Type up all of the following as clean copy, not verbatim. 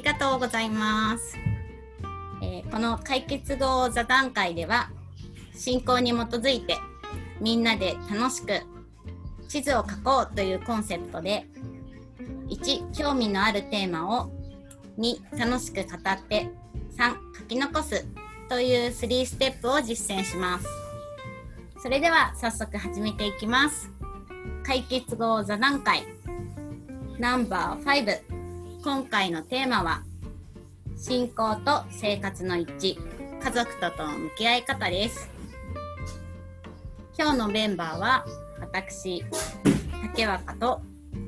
りがとうございます。この解決後座談会では、信仰に基づいてみんなで楽しく地図を書こうというコンセプトで、1、興味のあるテーマを、2、楽しく語って、3、書き残すという3ステップを実践します。それでは早速始めていきます。解決後座談会ナンバー5。今回のテーマは信仰と生活の一致、家族との向き合い方です。今日のメンバーは私、竹若と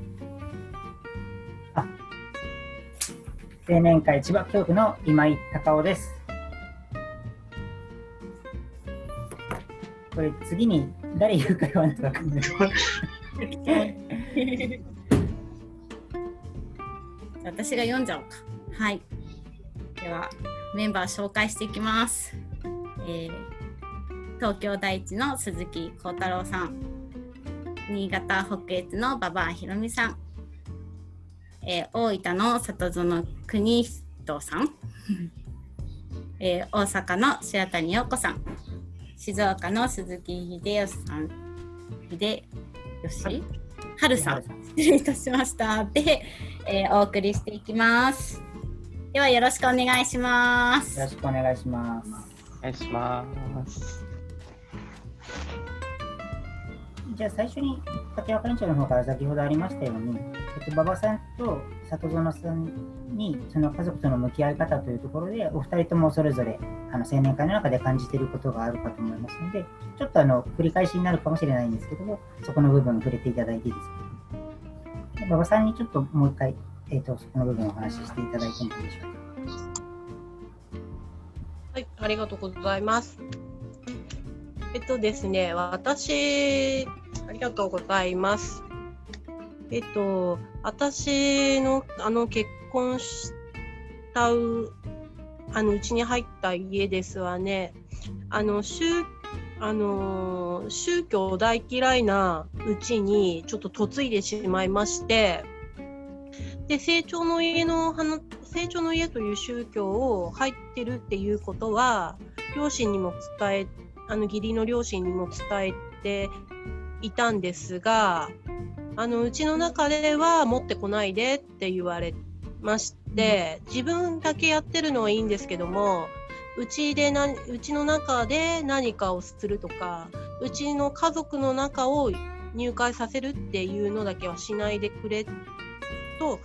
青年会千葉教区の今井隆夫です。これ次に誰言うか言わないと分かんない。 私が読んじゃおうか。はい。ではメンバー紹介していきます。東京第一の鈴木幸太郎さん、新潟北越の馬場ひろみさん、大分の里園邦人さん、大阪の白谷陽子さん、静岡の鈴木秀吉さん、春さん、失礼いたしました。で、お送りしていきます。ではよろしくお願いします。 よろしくお願いします。 お願いします。 じゃあ最初に竹若園長の方から先ほどありましたように、馬場さんと里園さんにその家族との向き合い方というところでお二人ともそれぞれ青年会の中で感じていることがあるかと思いますので、ちょっと繰り返しになるかもしれないんですけども、そこの部分に触れていただいていいですか。馬場さんにちょっともう一回、そこの部分をお話ししていただいてもいいでしょうか。 はい、ありがとうございます。ですね、私、ありがとうございます。私の結婚したうちに入った家ですはね、宗教大嫌いなうちにちょっと嫁いでしまいまして、で成長の家という宗教を入ってるっていうことは両親にも義理の両親にも伝えていたんですが、うちの中では持ってこないでって言われまして、自分だけやってるのはいいんですけども、うちの中で何かをするとか、うちの家族の中を入会させるっていうのだけはしないでくれと、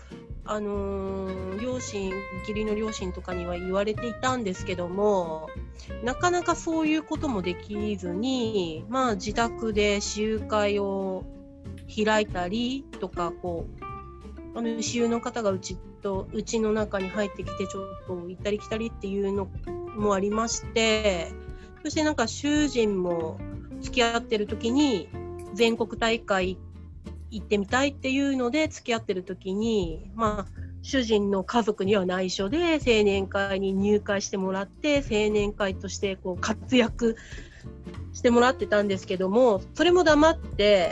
義理の両親とかには言われていたんですけども、なかなかそういうこともできずに、自宅で私有会を開いたりとか、私有の方がうちの中に入ってきてちょっと行ったり来たりっていうのもありまして、そして主人も付き合ってる時に全国大会行ってみたいっていうので付き合ってる時に、主人の家族には内緒で青年会に入会してもらって、青年会として活躍してもらってたんですけども、それも黙って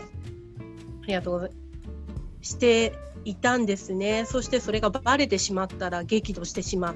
していたんですね。そしてそれがバレてしまったら激怒してしまって、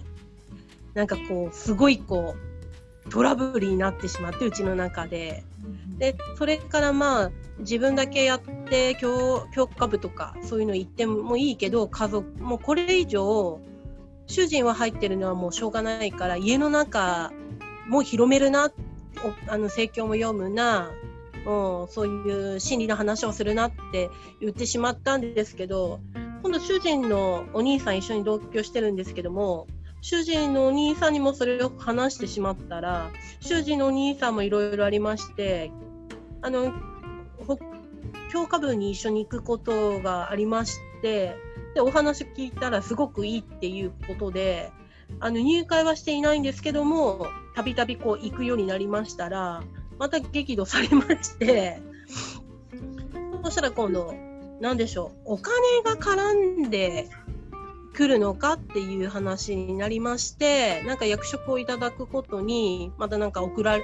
すごいトラブルになってしまって、うちの中で。でそれから自分だけやって教科部とかそういうの行ってもいいけど、家族もうこれ以上主人は入ってるのはもうしょうがないから、家の中も広めるな、説教も読むな、そういう心理の話をするなって言ってしまったんですけど、今度主人のお兄さん一緒に同居してるんですけども、主人のお兄さんにもそれを話してしまったら、主人のお兄さんもいろいろありまして、教科部に一緒に行くことがありまして、でお話聞いたらすごくいいっていうことで、入会はしていないんですけども、たびたび行くようになりましたら、また激怒されまして、そしたら今度お金が絡んで来るのかっていう話になりまして、役職をいただくことにまた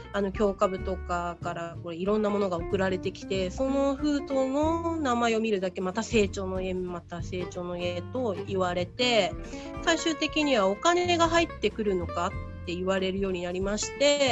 教科部とかからこれいろんなものが送られてきて、その封筒の名前を見るだけまた成長の家また成長の家と言われて、最終的にはお金が入ってくるのかって言われるようになりまして、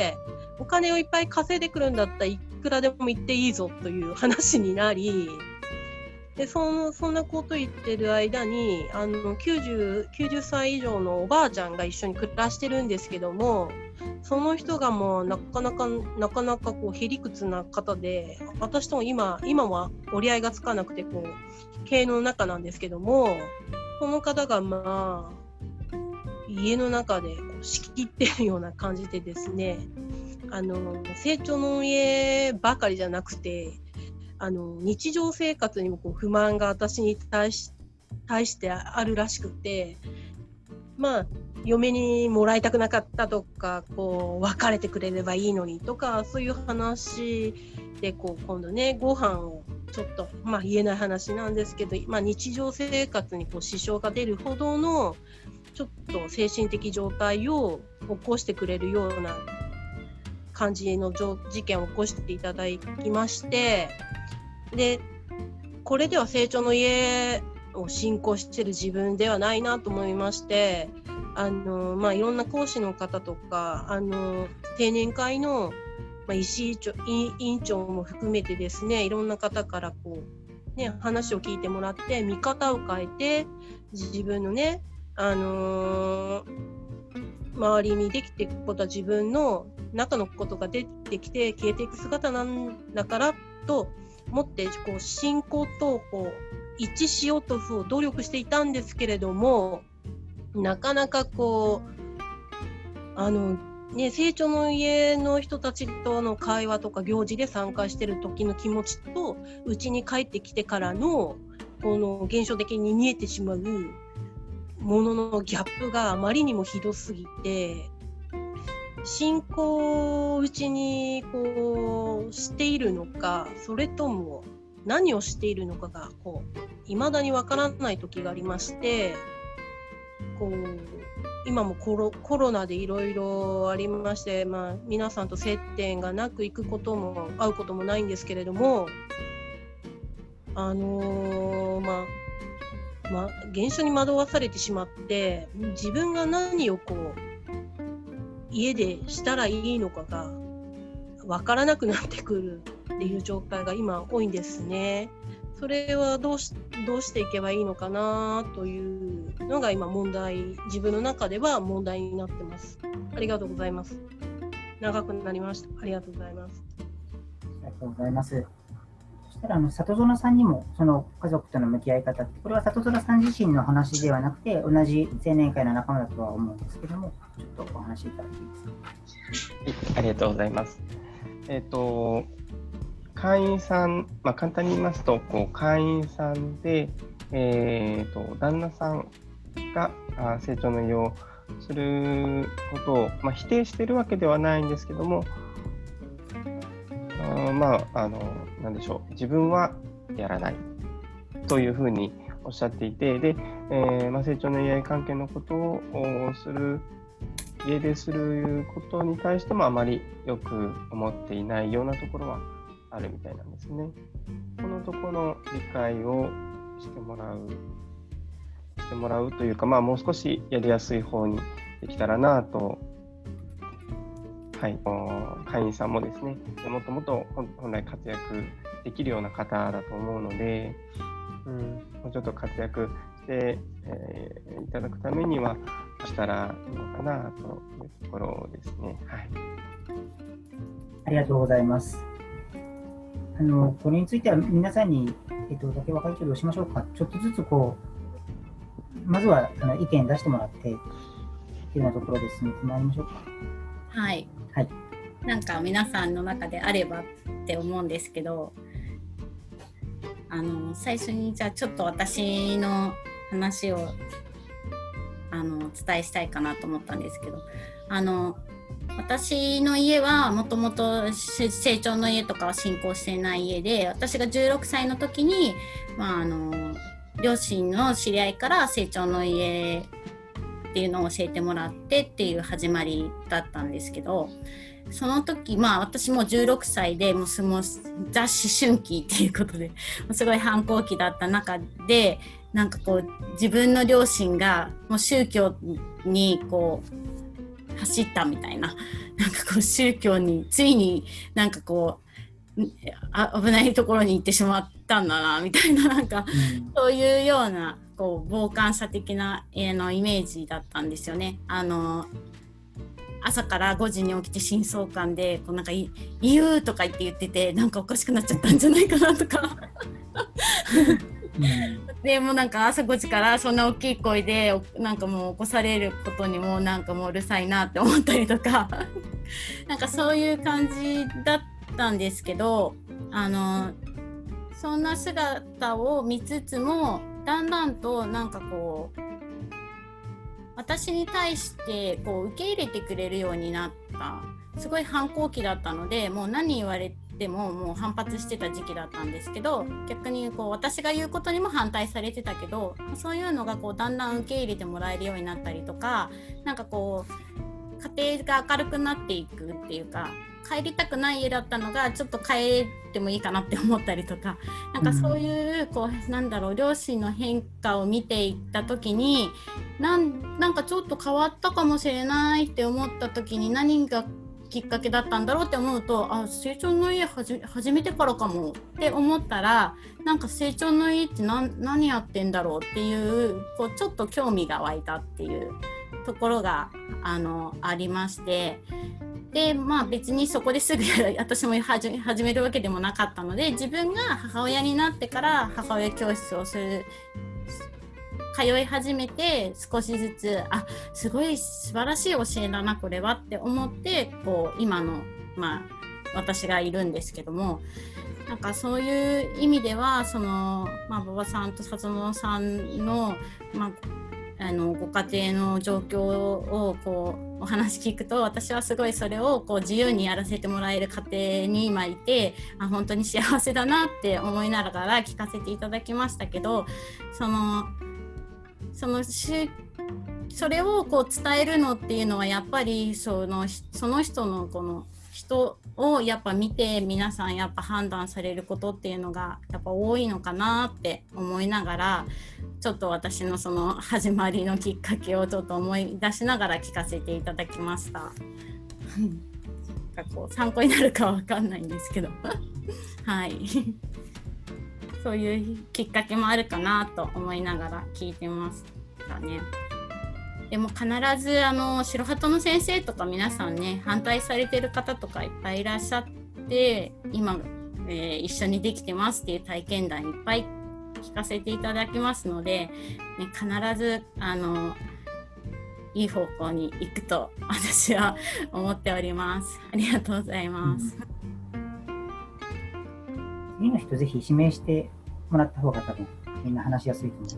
お金をいっぱい稼いでくるんだったらいくらでも行っていいぞという話になり、でそんなこと言ってる間に90歳以上のおばあちゃんが一緒に暮らしてるんですけども、その人がもうなかなかこうへりくつな方で、私とも今は折り合いがつかなくてこう経営の中なんですけども、この方がまあ家の中でこう仕切ってるような感じでですね、成長の家ばかりじゃなくて日常生活にもこう不満が私に対してあるらしくて、まあ嫁にもらいたくなかったとか、こう別れてくれればいいのにとか、そういう話でこう今度ね、ご飯をちょっとまあ言えない話なんですけど、まあ、日常生活にこう支障が出るほどのちょっと精神的状態を起こしてくれるような感じの事件を起こしていただきまして、でこれでは成長の家を信仰している自分ではないなと思いまして、まあ、いろんな講師の方とか青年会の、まあ、石井委員長も含めてですね、いろんな方からこう、ね、話を聞いてもらって見方を変えて自分のね、周りにできていくことは自分の中のことが出てきて消えていく姿なんだからと思ってこう信仰とこう一致しようと努力していたんですけれども、なかなかこう成長の家の人たちとの会話とか行事で参加してる時の気持ちと家に帰ってきてからのこの現象的に見えてしまうもののギャップがあまりにもひどすぎて、信仰をうちにこうしているのか、それとも何をしているのかがこう未だにわからない時がありまして、こう今もコロナでいろいろありまして、まあ、皆さんと接点がなく会うこともないんですけれども、現象に惑わされてしまって、自分が何をこう家でしたらいいのかが分からなくなってくるっていう状態が今多いんですね。それはどうしていけばいいのかなというのが今自分の中では問題になってます。ありがとうございます。長くなりました。ありがとうございます。 ありがとうございます。そしたら里園さんにもその家族との向き合い方って、これは里園さん自身の話ではなくて同じ青年会の仲間だとは思うんですけども、ちょっとお話しいただいていいですか。 はい、ありがとうございます。会員さん、簡単に言いますと会員さんで、旦那さんが成長の家をすることを、否定しているわけではないんですけども、なんでしょう、自分はやらないというふうにおっしゃっていて、で、成長の家関係のことを家ですることに対してもあまりよく思っていないようなところはあるみたいなんですね。このところの理解をしてもらうというか、もう少しやりやすい方にできたらなと。はい、会員さんもですね、もともと本来活躍できるような方だと思うので、もうちょっと活躍して、いただくためにはどうしたらいいのかなというところですね。はい、 ありがとうございます。これについては皆さんに、竹若会長どうしましょうか。ちょっとずつまずは意見出してもらってというようなところですね。参りましょうか。 はい。 はい、 なんか皆さんの中であればって思うんですけど、最初にじゃあちょっと私の話をお伝えしたいかなと思ったんですけど、私の家はもともと成長の家とかは信仰していない家で、私が16歳の時に、両親の知り合いから成長の家っていうのを教えてもらってっていう始まりだったんですけど、その時私も16歳でもうザ思春期っていうことですごい反抗期だった中で、なんかこう自分の両親がもう宗教にこう走ったみたいな、なんかこう宗教についになんかこう危ないところに行ってしまったんだなみたいな、なんかそういうようなこう傍観者的なイメージだったんですよね。朝から5時に起きて新相関でこうなんか言うとか言ってて、なんかおかしくなっちゃったんじゃないかなとかでもなんか朝5時からそんな大きい声でなんかもう起こされることにもなんかもううるさいなって思ったりとかなんかそういう感じだったんですけど、そんな姿を見つつもだんだんとなんかこう私に対してこう受け入れてくれるようになった。すごい反抗期だったので、もう何言われてももう反発してた時期だったんですけど、逆にこう私が言うことにも反対されてたけど、そういうのがこうだんだん受け入れてもらえるようになったりとか、なんかこう家庭が明るくなっていくっていうか、帰りたくない家だったのがちょっと帰ってもいいかなって思ったりとか、なんかそういうこうなんだろう、両親の変化を見ていった時になんかちょっと変わったかもしれないって思った時に、何がきっかけだったんだろうって思うと、成長の家始めてからかもって思ったら、なんか成長の家って何やってんだろうっていう、こうちょっと興味が湧いたっていうところがありまして、で別にそこですぐ私も始めるわけでもなかったので、自分が母親になってから母親教室を通い始めて、少しずつすごい素晴らしい教えだなこれはって思って、こう今の私がいるんですけども、なんかそういう意味では馬場さんと里野さんのご家庭の状況をこうお話聞くと、私はすごいそれをこう自由にやらせてもらえる家庭に今いて、本当に幸せだなって思いながら聞かせていただきましたけど、それをこう伝えるのっていうのはやっぱりその人のこの人をやっぱ見て、皆さんやっぱ判断されることっていうのがやっぱ多いのかなって思いながら、ちょっと私のその始まりのきっかけをちょっと思い出しながら聞かせていただきました。こう参考になるかわかんないんですけどはいそういうきっかけもあるかなと思いながら聞いてましたね。でも必ず白鳩の先生とか皆さんね、反対されてる方とかいっぱいいらっしゃって、今、一緒にできてますっていう体験談いっぱい聞かせていただきますので、ね、必ずいい方向に行くと私は思っております。ありがとうございます。 次の人ぜひ指名してもらった方が多分みんな話しやすいと思う。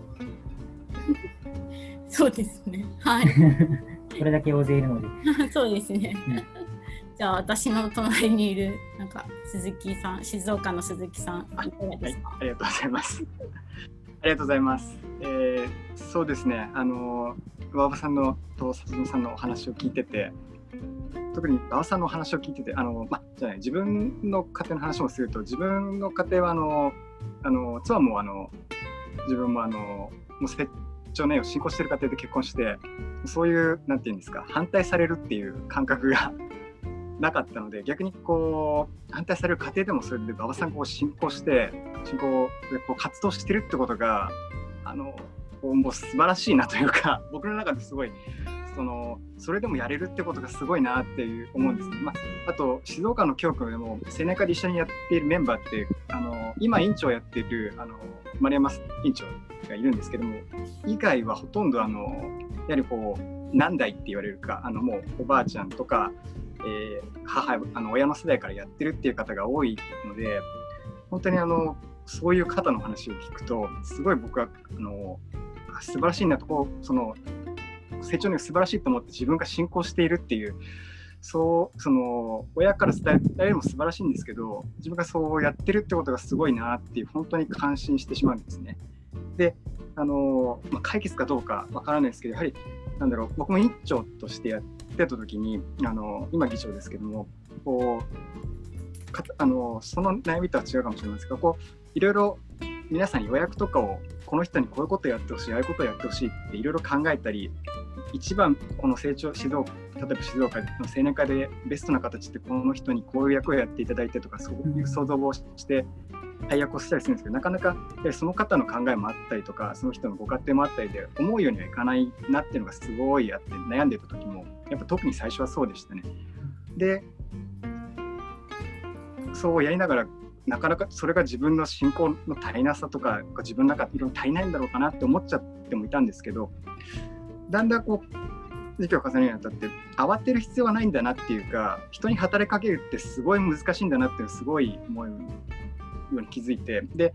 そうですね。はい。 これだけ大勢いるので。 そうですね。じゃあ私の隣にいるなんか鈴木さん、静岡の鈴木さん、いかがですか？ ありがとうございます。ありがとうございます。そうですね。馬場さんのと里野さんのお話を聞いてて、特に馬場さんのお話を聞いてて、自分の家庭の話もすると、自分の家庭は妻も自分ももう成長の絵を進行している家庭で結婚して、そういうなんていうんですか、反対されるっていう感覚がなかったので、逆にこう反対される家庭でもそれで馬場さんこう進行でこう活動してるってことがもう素晴らしいなというか、僕の中ですごいそれでもやれるってことがすごいなっていう思うんですね。あと静岡の教区でも青年会で一緒にやっているメンバーって今院長をやっている丸山院長がいるんですけども、以外はほとんどやはりこう何代って言われるかもうおばあちゃんとか、親の世代からやってるっていう方が多いので、本当にそういう方の話を聞くとすごい僕は素晴らしいなと、こう成長に素晴らしいと思って自分が進行しているっていう、親から伝えられるのも素晴らしいんですけど、自分がそうやってるってことがすごいなっていう、本当に感心してしまうんですね。で解決かどうかわからないですけど、やはりなんだろう、僕も委員長としてやってた時に今議長ですけども、こうその悩みとは違うかもしれませんが、こういろいろ皆さん予約とかをこの人にこういうことやってほしい、ああいうことやってほしいっていろいろ考えたり、一番この例えば静岡の青年会でベストな形ってこの人にこういう役をやっていただいてとか、そういう想像をして配役をしたりするんですけど、なかなかその方の考えもあったりとか、その人のご家庭もあったりで思うようにはいかないなっていうのがすごいあって、悩んでいた時もやっぱ特に最初はそうでしたね。でそうやりながら、なかなかそれが自分の信仰の足りなさとか自分の中でいろいろ足りないんだろうかなって思っちゃってもいたんですけど、だんだんこう時期を重ねるにあたって慌てる必要はないんだなっていうか、人に働きかけるってすごい難しいんだなっていうのをすごい思うように気づいて、で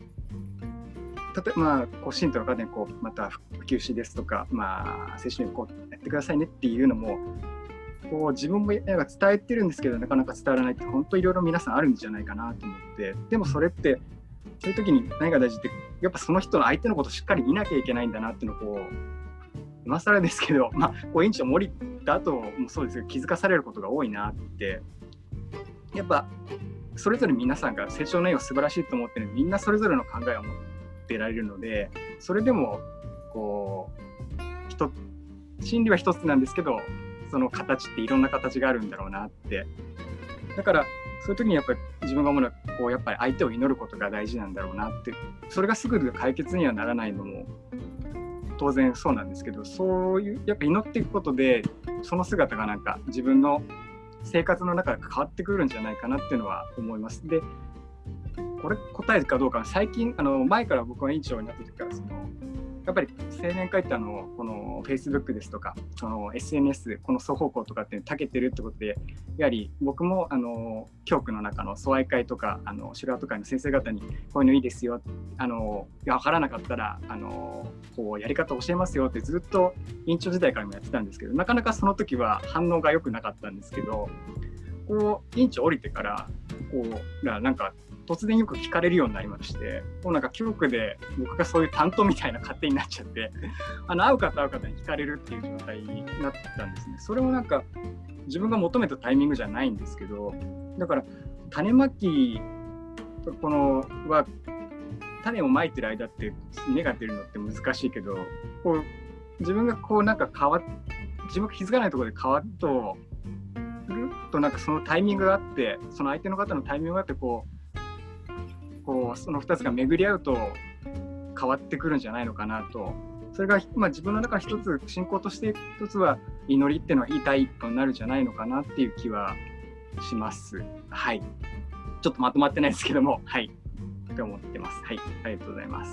こう信徒の方にこうまた普及しですとか、聖書にこうやってくださいねっていうのもこう自分も伝えてるんですけど、なかなか伝わらないって本当いろいろ皆さんあるんじゃないかなと思って、でもそれってそういう時に何が大事って、やっぱその人の相手のことをしっかり見なきゃいけないんだなっていうのをこう今更ですけど、委員長も降りた後もそうですけど気づかされることが多いなって、やっぱそれぞれ皆さんが成長の絵を素晴らしいと思ってるので、みんなそれぞれの考えを持ってられるので、それでもこう真理は一つなんですけど、その形っていろんな形があるんだろうなって。だからそういう時にやっぱり自分が思うのはこうやっぱり相手を祈ることが大事なんだろうなって。それがすぐ解決にはならないのも当然そうなんですけど、そういうやっぱ祈っていくことでその姿がなんか自分の生活の中で変わってくるんじゃないかなっていうのは思います。でこれ答えるかどうかは最近前から僕が委員長になった時からやっぱり青年会ってこの Facebook ですとかその SNS この双方向とかって長けてるってことで、やはり僕も教区の中の総愛会とか修羅とかの先生方にこういうのいいですよ、分からなかったらこうやり方教えますよってずっと委員長時代からもやってたんですけど、なかなかその時は反応が良くなかったんですけど、こう委員長降りてからなんか突然よく聞かれるようになりまして、もうなんか教区で僕がそういう担当みたいな勝手になっちゃって会う方に聞かれるっていう状態になったんですね。それもなんか自分が求めたタイミングじゃないんですけど、だから種まきは種をまいてる間って芽が出るのって難しいけど、こう自分がこうなんか自分が気づかないところで変わるとなんかそのタイミングがあって、その相手の方のタイミングがあってこうその2つが巡り合うと変わってくるんじゃないのかなと。それが自分の中の一つ信仰として一つは祈りっていうのは第一歩になるんじゃないのかなっていう気はします。はい。ちょっとまとまってないですけども、はい。って思ってます。はい。ありがとうございます。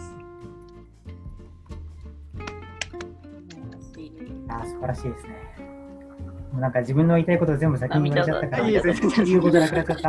素晴らしいですね。もうなんか自分の言いたいことを全部先に言われちゃったから言うことなくなっちゃった。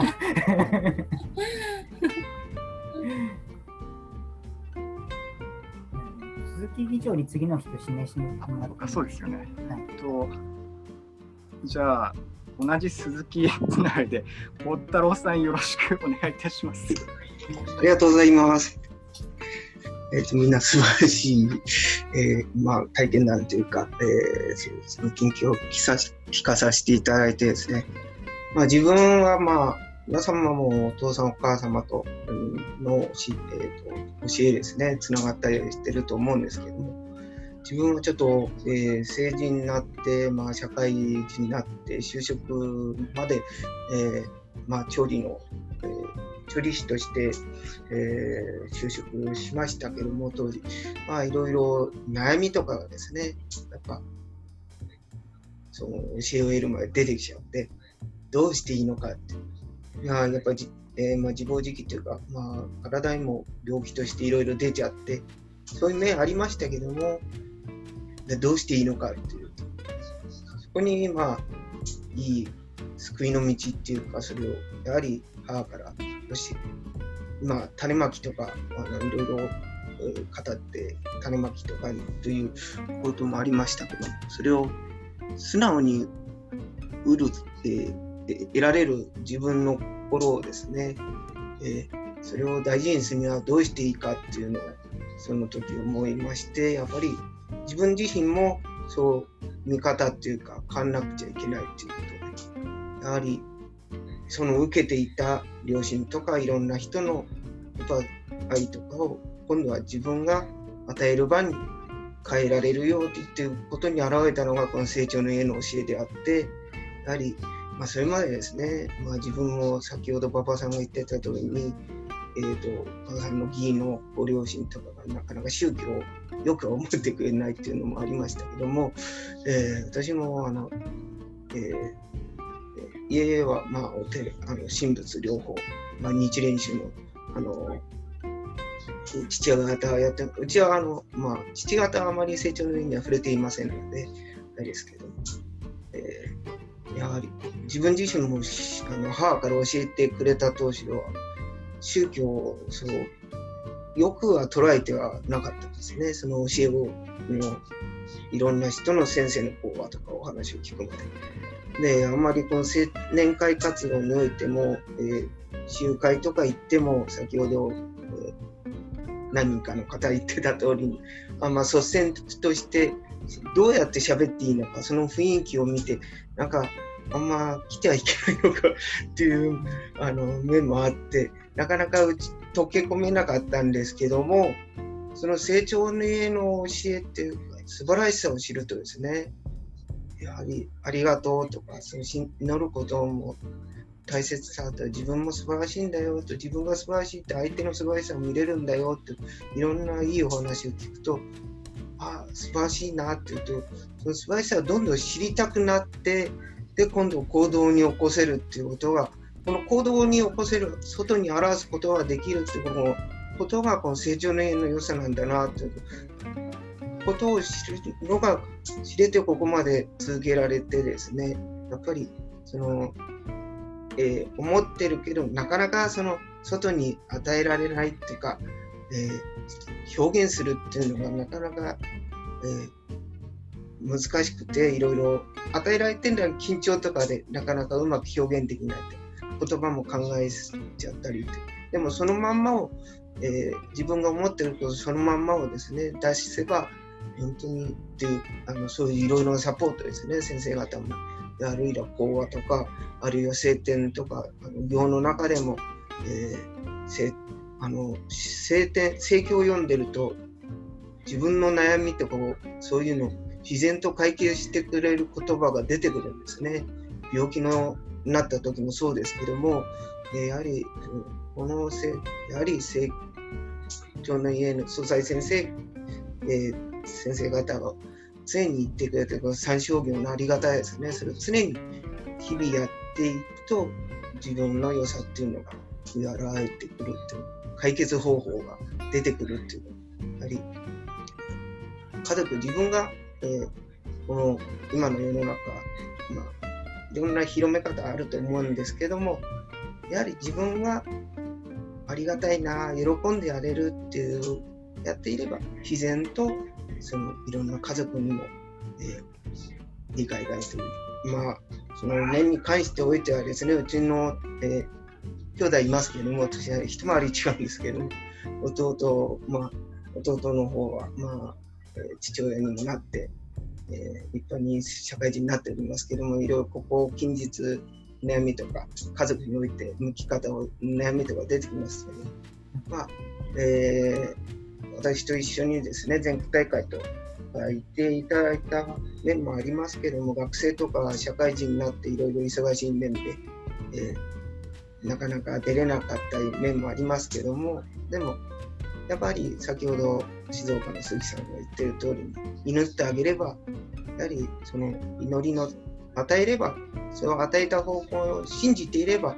鈴木議長に次の人指名してもらって。 そうですよね。 はい、 じゃあ同じ鈴木つながりで大太郎さんよろしくお願いいたします。 ありがとうございます。みんな素晴らしい、体験談というか、その近況を聞かさせていただいてですね、自分は皆様もお父さんお母様との教えですね、つながったりしてると思うんですけども、自分はちょっと、成人になって、社会人になって就職まで、調理師として、就職しましたけども、当時いろいろ悩みとかがですね、やっぱその教えを得るまで出てきちゃってどうしていいのかって、やっぱり、自暴自棄というか、体にも病気としていろいろ出ちゃって、そういう面ありましたけども、どうしていいのかっていう、そこにいい救いの道っていうか、それをやはり母から種まきとかいろいろ語って種まきとかということもありましたけど、それを素直に得られる自分の心をですね、それを大事にするにはどうしていいかっていうのをその時思いまして、やっぱり自分自身もそう見方っていうか変わんなくちゃいけないっていうことで、やはりその受けていた両親とかいろんな人の愛とかを今度は自分が与える場に変えられるよっていうことに現れたのがこの成長の家の教えであって、やはり、それまでですね、自分も先ほど馬場さんが言ってた通りに、馬場さんの義理のご両親とかがなかなか宗教をよく思ってくれないっていうのもありましたけども、私も家は神仏両方、日蓮宗の父方をやって、うちは父方はあまり成長の上には触れていませんのであれですけども、やはり自分自身も母から教えてくれた当初は宗教をよくは捉えてはなかったんですね。その教えをいろんな人の先生の講話とかお話を聞くまで。で、あんまりこの青年会活動においても、集会とか行っても先ほど、何人かの方言ってた通りに、率先としてどうやって喋っていいのか、その雰囲気を見て、なんかあんま来てはいけないのかっていう面もあって、なかなか溶け込めなかったんですけども、その成長の家の教えっていうか素晴らしさを知るとですね、やはりありがとうとか、その祈ることも大切さと、自分も素晴らしいんだよと、自分が素晴らしいって相手の素晴らしさを見れるんだよって、いろんないいお話を聞くと、素晴らしいなっていうと、その素晴らしさをどんどん知りたくなって、で今度行動に起こせるっていうことが、この行動に起こせる、外に表すことができるっていうことがこの成長の家の良さなんだなということを知るのが知れて、ここまで続けられてですね、やっぱり思ってるけどなかなかその外に与えられないっていうか、表現するっていうのがなかなか、難しくて、いろいろ与えられてるのは緊張とかでなかなかうまく表現できないって、言葉も考えちゃったりって、でもそのまんまを、自分が思ってることそのまんまをですね出せば本当にっていうそういういろいろなサポートですね、先生方も、あるいは講話とか、あるいは聖典とか行の中でも、聖教を読んでると自分の悩みとかをそういうのを自然と解決してくれる言葉が出てくるんですね。病気になった時もそうですけども、やはり成長の家の総裁先生、先生方が常に言ってくれて、三商業のありがたいですね。それを常に日々やっていくと自分の良さっていうのが現れてくるっていう、解決方法が出てくるっていうのは、やはり家族、自分が、この今の世の中、いろんな広め方あると思うんですけども、やはり自分がありがたいな、喜んでやれるっていうやっていれば、自然とそのいろんな家族にも、理解がする。その面に関しておいてはですね、うちの、兄弟いますけども、私は一回り違うんですけども、弟の方は、父親にもなって、立派に社会人になっておりますけども、いろいろここ近日悩みとか家族において向き方を悩みとか出てきますけど、私と一緒にですね、全国大会と言っていただいた面もありますけども、学生とか社会人になっていろいろ忙しい面で、なかなか出れなかった面もありますけども、でもやっぱり先ほど静岡の鈴木さんが言ってる通りに、祈ってあげれば、やはりその祈りの与えれば、それを与えた方向を信じていれば、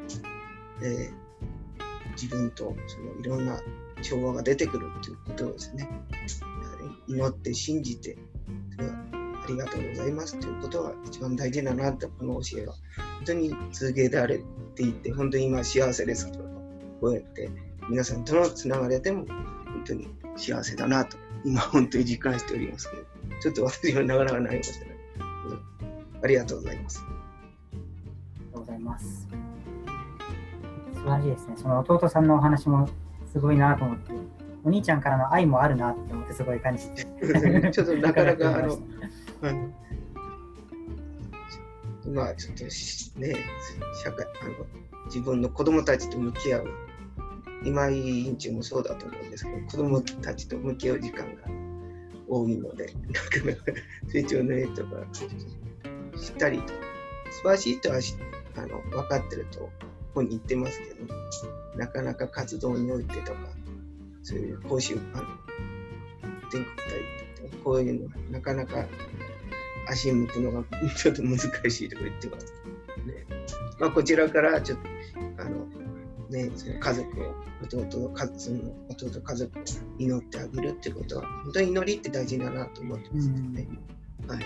自分とそのいろんな調和が出てくるということをですね、祈って信じて、それはありがとうございますということが一番大事だなと、この教えは本当に続けられていて、本当に今幸せですけど、こうやって皆さんとのつながれても本当に幸せだなと今本当に実感しておりますけど、ちょっと私はなかなかなりましたね。ありがとうございます。 ありがとうございます。素晴らしいですね。その弟さんのお話もすごいなと思って、お兄ちゃんからの愛もあるなって思ってすごい感じてちょっとなかなかまあちょっとね、社会自分の子供たちと向き合う、今井院長もそうだと思うんですけど、子供たちと向き合う時間が多いので、なかなか成長の絵とかしっかりと素晴らしいとは分かってるとここに言ってますけど、なかなか活動においてとか、そういう講習全国大とかこういうのがなかなか足向くのがちょっと難しいとか言ってますね。まあ、こちらからちょっとその家族を弟家族を祈ってあげるってことは本当に祈りって大事だなと思ってますね。はい。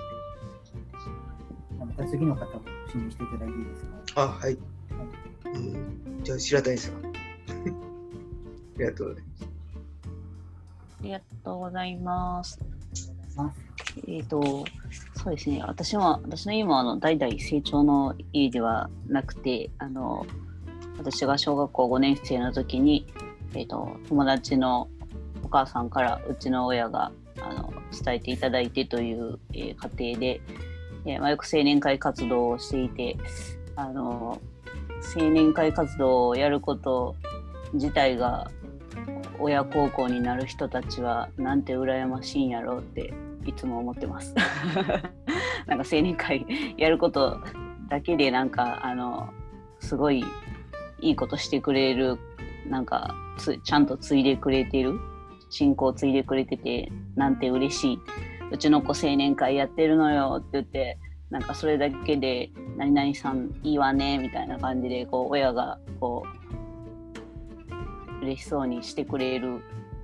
また次の方を指名していただいていいですか。 はい。じゃあ白谷さん。ありがとうございます。 ありがとうございます。そうですね。私の家も代々成長の家ではなくて、私が小学校5年生の時に、友達のお母さんからうちの親が伝えていただいてという、家庭で、よく青年会活動をしていて、青年会活動をやること自体が親孝行になる人たちはなんて羨ましいんやろうっていつも思ってます。なんか青年会やることだけでなんかすごいいいことしてくれる、なんかちゃんと継いでくれてる、信仰を継いでくれててなんて嬉しい、うちの子青年会やってるのよって言って、なんかそれだけで何々さんいいわねみたいな感じでこう親がこう嬉しそうにしてくれる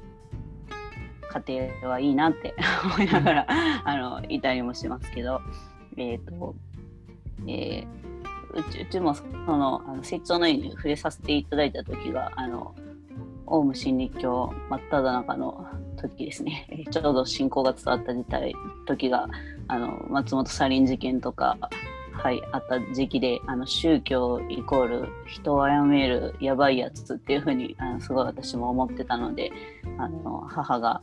家庭はいいなって思いながらいたりもしますけど、うちも成長の絵に触れさせていただいた時がオウム真理教真っ只中の時ですね。ちょうど信仰が伝わった時が松本サリン事件とか、はい、あった時期で宗教イコール人を殺めるやばいやつっていう風にすごい私も思ってたので、母が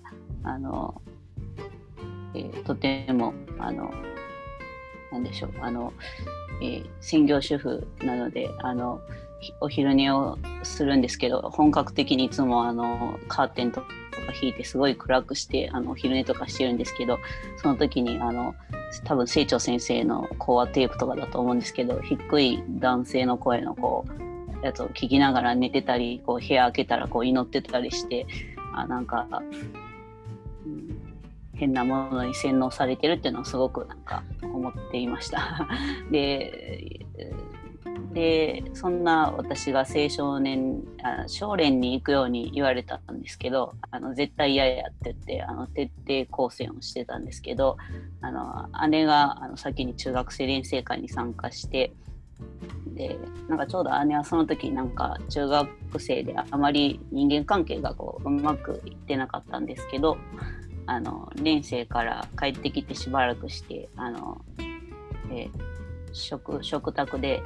とてもなんでしょう専業主婦なのでお昼寝をするんですけど、本格的にいつもカーテンとか引いてすごい暗くしてお昼寝とかしてるんですけど、その時に多分清張先生の講話テープとかだと思うんですけど、低い男性の声のやつを聞きながら寝てたり、部屋開けたら祈ってたりして、なんか、変なものに洗脳されてるっていうのをすごくなんか思っていましたでそんな私が少年に行くように言われたんですけど、絶対嫌やって言って徹底抗戦をしてたんですけど、姉が先に中学生連成会に参加して、でなんかちょうど姉はその時なんか中学生であまり人間関係がうまくいってなかったんですけど、連生から帰ってきてしばらくして食卓で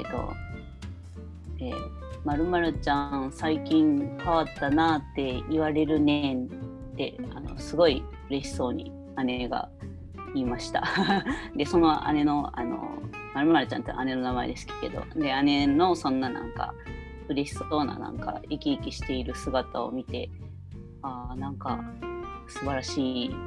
〇〇ちゃん最近変わったなって言われるねんってすごい嬉しそうに姉が言いましたでその姉の〇〇ちゃんって姉の名前ですけど、で姉のそんななんか嬉しそうななんか生き生きしている姿を見て、なんか素晴らしい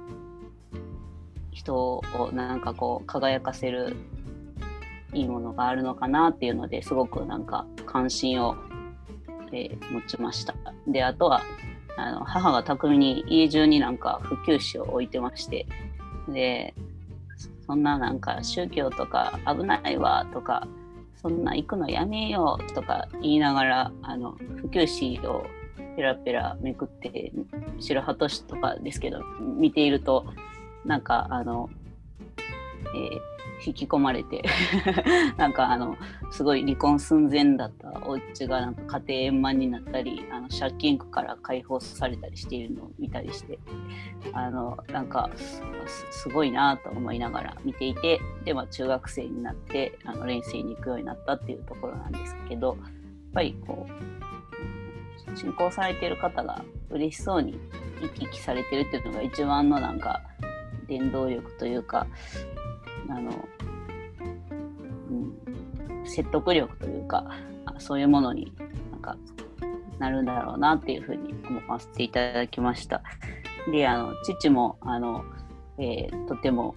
人をなんか輝かせるいいものがあるのかなっていうのですごくなんか関心を、持ちました。であとは母が巧みに家中になんか普及紙を置いてまして、でそんななんか宗教とか危ないわとかそんな行くのやめようとか言いながら普及紙をペラペラめくって白鳩紙とかですけど見ているとなんか引き込まれてなんかすごい離婚寸前だったお家がなんか家庭円満になったり借金苦から解放されたりしているのを見たりしてなんかすごいなと思いながら見ていて、で中学生になって連生に行くようになったっていうところなんですけど、やっぱり信仰されている方が嬉しそうに生き生きされてるっていうのが一番のなんか原動力というか説得力というかそういうものになるんだろうなっていうふうに思わせていただきました。で父もとても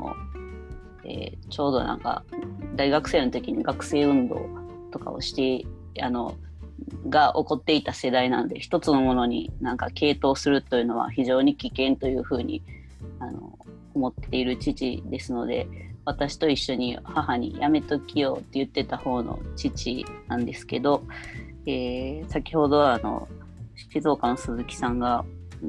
ちょうど大学生の時に学生運動とかをしてが起こっていた世代なので、一つのものに傾倒するというのは非常に危険というふうに思っている父ですので、私と一緒に母にやめときようって言ってた方の父なんですけど、先ほど静岡の鈴木さんが、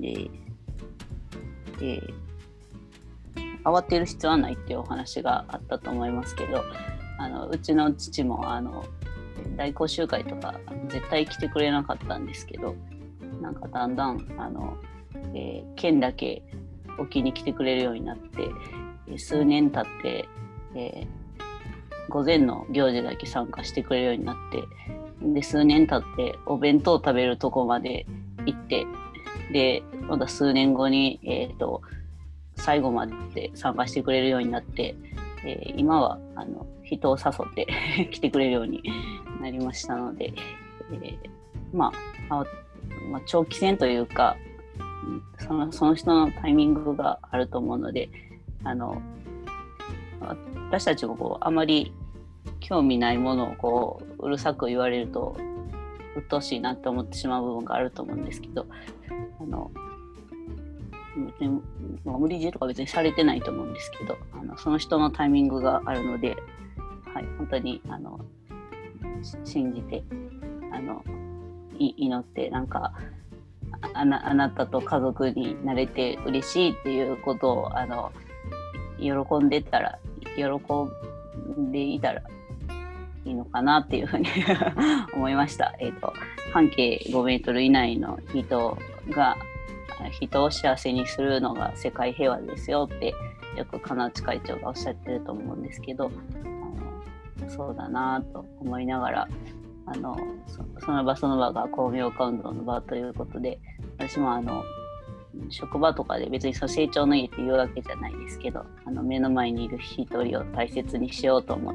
慌てる必要はないっていうお話があったと思いますけど、うちの父も大講習会とか絶対来てくれなかったんですけど、だんだん県だけ置きに来てくれるようになって、数年経って、午前の行事だけ参加してくれるようになって、で数年経ってお弁当を食べるとこまで行って、でまた数年後に、最後まで参加してくれるようになって、今は人を誘って来てくれるようになりましたので、長期戦というかその人のタイミングがあると思うので、私たちもあまり興味ないものをうるさく言われると鬱陶しいなって思ってしまう部分があると思うんですけど、無理強いとか別にされてないと思うんですけど、その人のタイミングがあるので、本当に信じて祈って、あなたと家族になれて嬉しいっていうことを喜んでいたらいいのかなっていうふうに思いました。半径5メートル以内の人が人を幸せにするのが世界平和ですよってよく金内会長がおっしゃってると思うんですけど、そうだなと思いながら、その場その場が光明家運動の場ということで、私も職場とかで別に成長の家っていうわけじゃないですけど、目の前にいる一人を大切にしようと思って、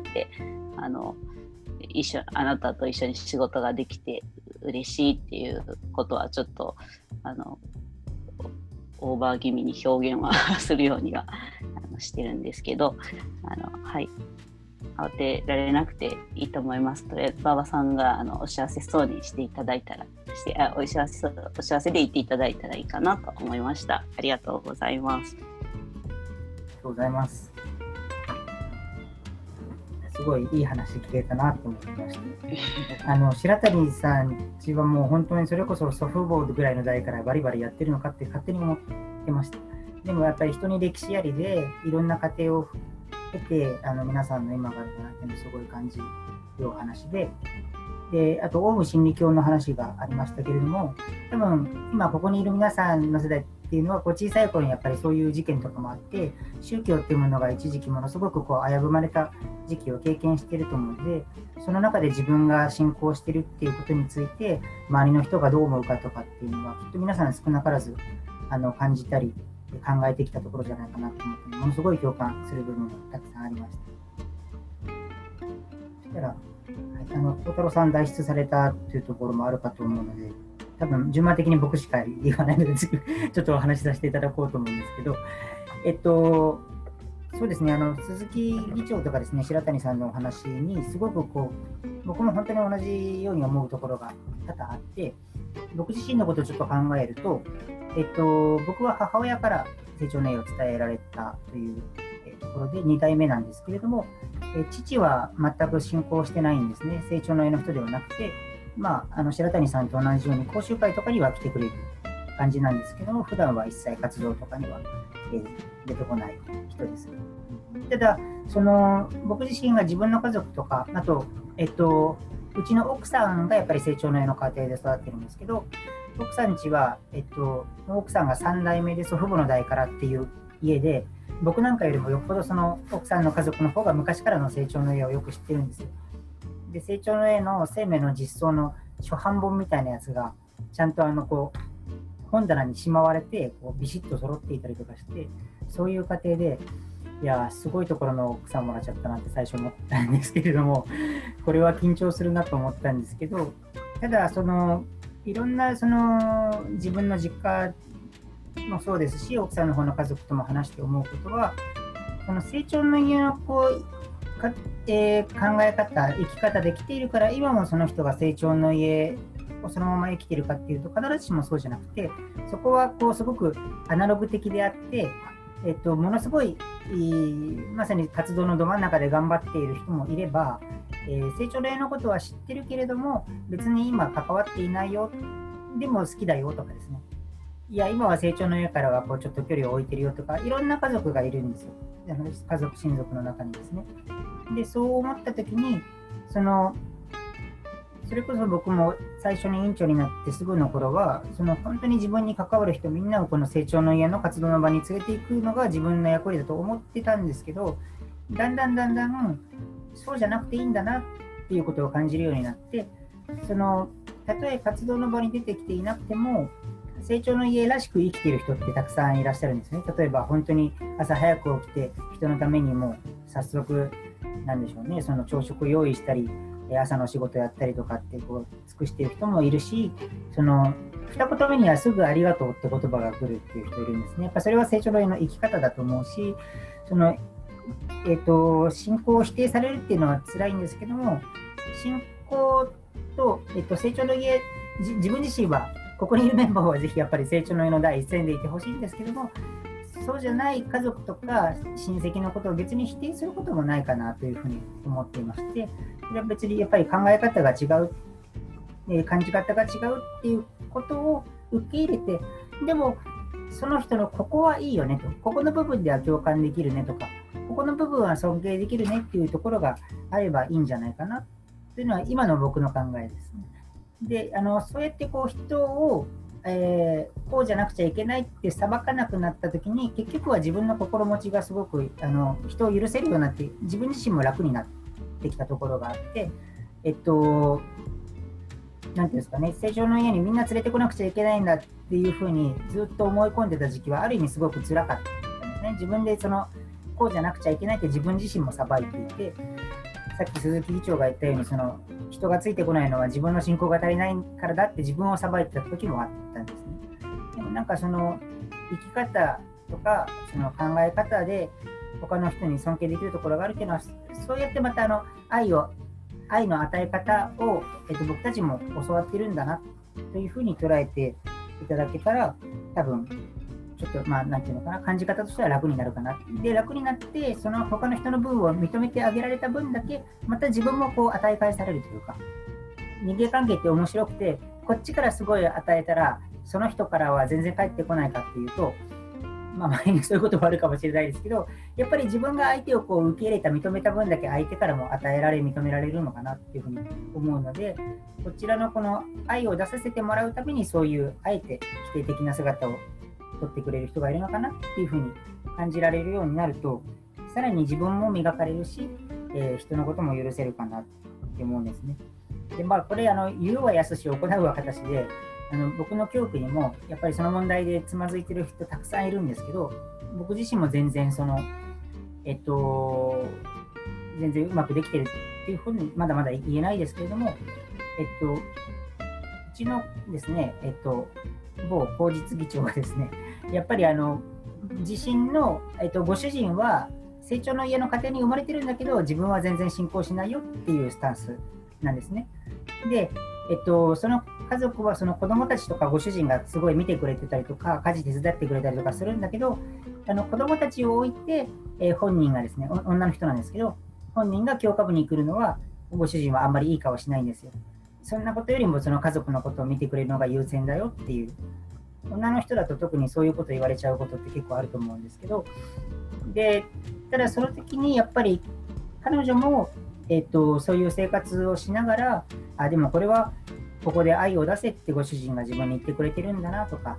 あなたと一緒に仕事ができて嬉しいっていうことはちょっとオーバー気味に表現はするようにはしてるんですけど、慌てられなくていいと思います。とりあえず馬場さんがお幸せそうにしていただいたらお幸せでいていただいたらいいかなと思いました。ありがとうございます。 ありがとうございます。すごいいい話聞けたなと思いました。白谷さんちはもう本当にそれこそ祖父母ぐらいの代からバリバリやってるのかって勝手に思ってました。でもやっぱり人に歴史ありでいろんな過程を経て皆さんの今があるなっていうのをすごい感じるお話で、あとオウム真理教の話がありましたけれども、多分今ここにいる皆さんの世代っていうのは小さい頃にやっぱりそういう事件とかもあって、宗教っていうものが一時期ものすごく危ぶまれた時期を経験していると思うので、その中で自分が信仰しているっていうことについて周りの人がどう思うかとかっていうのはきっと皆さん少なからず感じたり考えてきたところじゃないかなと思って、ものすごい共感する部分がたくさんありました。そしたら孝太郎さん代筆されたというところもあるかと思うので、多分順番的に僕しか言わないのでちょっとお話しさせていただこうと思うんですけど、そうですね、鈴木議長とかですね、白谷さんのお話にすごく僕も本当に同じように思うところが多々あって、僕自身のことをちょっと考えると、僕は母親から成長の絵を伝えられたというところで2代目なんですけれども、父は全く信仰してないんですね。成長の絵の人ではなくて、白谷さんと同じように講習会とかには来てくれる感じなんですけども、普段は一切活動とかには出てこない人です。ただ僕自身が自分の家族とか、あと、うちの奥さんがやっぱり成長の絵の家庭で育ってるんですけど、奥さん家は、奥さんが3代目で祖父母の代からっていう家で、僕なんかよりもよっぽどその奥さんの家族の方が昔からの成長の絵をよく知ってるんですよ。で、成長の絵の生命の実相の初版本みたいなやつがちゃんと本棚にしまわれてビシッと揃っていたりとかして、 そういう過程で、いやすごいところの奥さんもらっちゃったなって最初思ったんですけれども、これは緊張するなと思ったんですけど、ただいろんな自分の実家もそうですし、奥さんの方の家族とも話して思うことは、この成長の家の考え方、生き方できているから、今もその人が成長の家をそのまま生きているかっていうと、必ずしもそうじゃなくて、そこはすごくアナログ的であって、ものすごいまさに活動のど真ん中で頑張っている人もいれば、成長の家のことは知ってるけれども、別に今関わっていないよ、でも好きだよとかですね、いや今は成長の家からはちょっと距離を置いてるよとか、いろんな家族がいるんですよ、家族親族の中にですね。でそう思った時に、それこそ僕も最初に委員長になってすぐの頃は、本当に自分に関わる人みんなをこの成長の家の活動の場に連れていくのが自分の役割だと思ってたんですけど、だんだんそうじゃなくていいんだなっていうことを感じるようになって、たとえ活動の場に出てきていなくても、成長の家らしく生きている人ってたくさんいらっしゃるんですね。例えば本当に朝早く起きて人のためにも早速なんでしょうね、朝食を用意したり、朝の仕事やったりとかって尽くしている人もいるし、二言目にはすぐありがとうって言葉が来るっていう人いるんですね。やっぱそれは成長の家の生き方だと思うし、信仰を否定されるっていうのは辛いんですけども、信仰と、成長の家、自分自身はここにいるメンバーはぜひやっぱり成長の家の第一線でいてほしいんですけども、そうじゃない家族とか親戚のことを別に否定することもないかなというふうに思っていまして、それは別にやっぱり考え方が違う、感じ方が違うっていうことを受け入れて、でもその人のここはいいよねと、ここの部分では共感できるねとか、ここの部分は尊敬できるねっていうところがあればいいんじゃないかなというのは今の僕の考えですね。で、そうやって人をこうじゃなくちゃいけないって裁かなくなった時に、結局は自分の心持ちがすごく人を許せるようになって、自分自身も楽になってきたところがあって、なんていうんですかね、成長の家にみんな連れてこなくちゃいけないんだっていうふうにずっと思い込んでた時期はある意味すごく辛かったんですね。自分でこうじゃなくちゃいけないって自分自身も裁いていて、さっき鈴木議長が言ったように、人がついてこないのは自分の信仰が足りないからだって自分を裁いてた時もあったんですね。でもなんか生き方とか考え方で他の人に尊敬できるところがあるっていうのは、そうやってまた愛の与え方を、僕たちも教わってるんだなというふうに捉えていただけたら、多分ちょっとなんていうのかな、感じ方としては楽になるかな。で、楽になって、他の人の分を認めてあげられた分だけ、また自分も与え返されるというか、人間関係って面白くて、こっちからすごい与えたら、その人からは全然返ってこないかっていうと、前にそういうこともあるかもしれないですけど、やっぱり自分が相手を受け入れた、認めた分だけ相手からも与えられ、認められるのかなっていうふうに思うので、こちらのこの愛を出させてもらうために、そういうあえて否定的な姿を取ってくれる人がいるのかなっていうふうに感じられるようになると、さらに自分も磨かれるし、人のことも許せるかなって思うんですね。で、これ言うは易し、行うは形で、僕の教区にもやっぱりその問題でつまずいてる人たくさんいるんですけど、僕自身も全然全然うまくできてるっていうふうにまだまだ言えないですけれども、うちのですね、某公実議長がですね、やっぱり自身の、ご主人は成長の家の家庭に生まれてるんだけど、自分は全然信仰しないよっていうスタンスなんですね。で、その家族はその子供たちとかご主人がすごい見てくれてたりとか、家事手伝ってくれたりとかするんだけど、子供たちを置いて、本人がですね、女の人なんですけど、本人が教科部に来るのは、ご主人はあんまりいい顔しないんですよ。そんなことよりもその家族のことを見てくれるのが優先だよっていう。女の人だと特にそういうこと言われちゃうことって結構あると思うんですけど、で、ただその時にやっぱり彼女も、そういう生活をしながら、でもこれはここで愛を出せってご主人が自分に言ってくれてるんだなとか、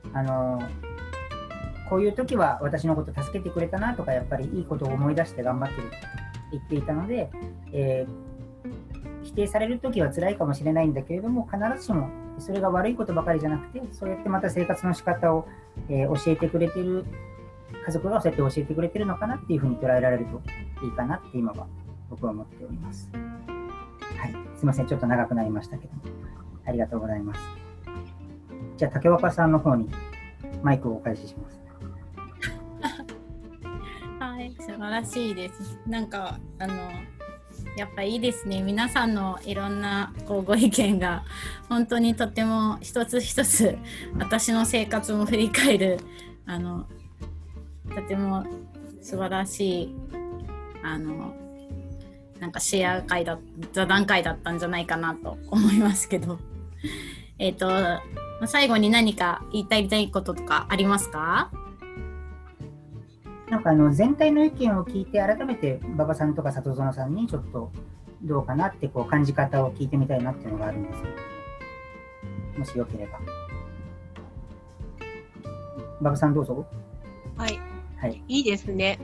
こういう時は私のこと助けてくれたなとか、やっぱりいいことを思い出して頑張ってると言っていたので、否定される時は辛いかもしれないんだけれども、必ずしもそれが悪いことばかりじゃなくて、そうやってまた生活の仕方を、教えてくれてる家族がそうやって教えてくれてるのかなっていうふうに捉えられるといいかなって今は僕は思っております。はい、すいません、ちょっと長くなりましたけども、ありがとうございます。じゃあ竹若さんの方にマイクをお返しします。 はい、素晴らしいです。なんかやっぱいいですね。皆さんのいろんなご意見が本当にとても一つ一つ私の生活も振り返るとても素晴らしいなんかシェア会座談会だったんじゃないかなと思いますけど、最後に何か言いたいこととかありますか？ なんか全体の意見を聞いて改めて馬場さんとか里園さんにちょっとどうかなって感じ方を聞いてみたいなっていうのがあるんですけど、もしよければ。馬場さんどうぞ。 はい。 はい。 いいですね。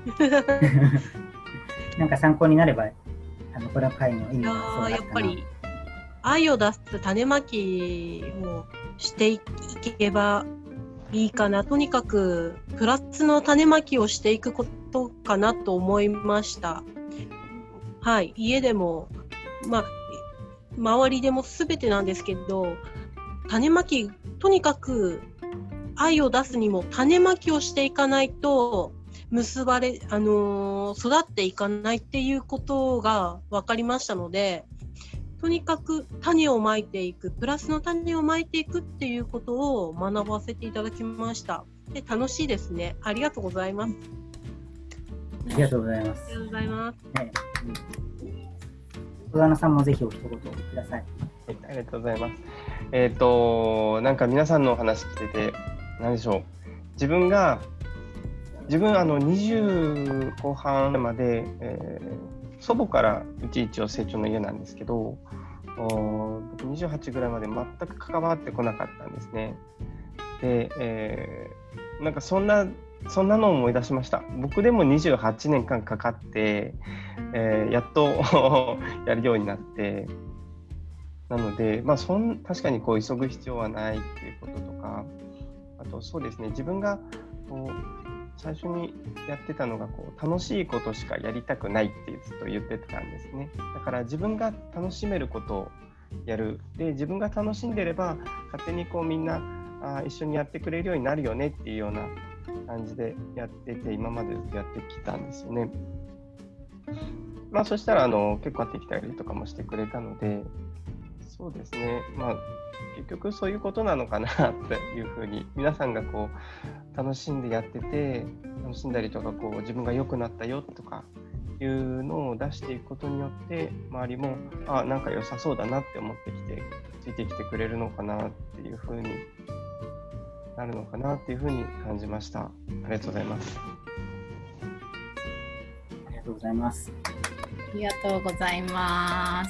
なんか参考になればこの回の意味がそうだったな。 やっぱり愛を出す種まきをしていけばいいかな。とにかくプラスの種まきをしていくことかなと思いました。はい、家でも周りでも全てなんですけど、種まきとにかく愛を出すにも種まきをしていかないと育っていかないっていうことが分かりましたので、とにかく種をまいていく、プラスの種をまいていくっていうことを学ばせていただきました。で、楽しいですね。ありがとうございます。 ありがとうございます。 ありがとうございます。 小川さんもぜひお一言ください。 はい、ありがとうございます。なんか皆さんのお話聞いてて、何でしょう。自分20後半まで、祖母からうち一応成長の家なんですけど、僕28ぐらいまで全く関わってこなかったんですね。で、なんかそんなのを思い出しました。僕でも28年間かかって、やっとやるようになって、なので、確かに急ぐ必要はないっていうこととか、あとそうですね、自分が最初にやってたのが楽しいことしかやりたくないってずっと言ってたんですね。だから自分が楽しめることをやる。で、自分が楽しんでれば勝手にみんな一緒にやってくれるようになるよねっていうような感じでやってて、今までずっとやってきたんですよね。そしたら結構会ってきたりとかもしてくれたので、そうですね、結局そういうことなのかなっていうふうに、皆さんが楽しんでやってて、楽しんだりとか自分が良くなったよとかいうのを出していくことによって、周りもなんか良さそうだなって思ってきてついてきてくれるのかなっていうふうになるのかなっていうふうに感じました。ありがとうございます。 ありがとうございます。 ありがとうございます。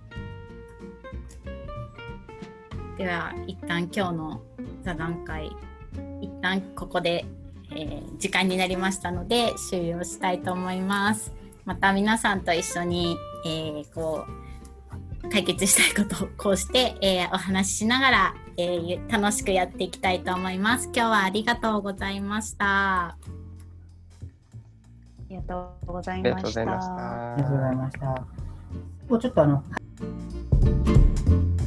では一旦今日の座談会、一旦ここで、時間になりましたので終了したいと思います。また皆さんと一緒に、解決したいことをこうして、お話ししながら、楽しくやっていきたいと思います。今日はありがとうございました。 ありがとうございました。 ありがとうございました。ちょっと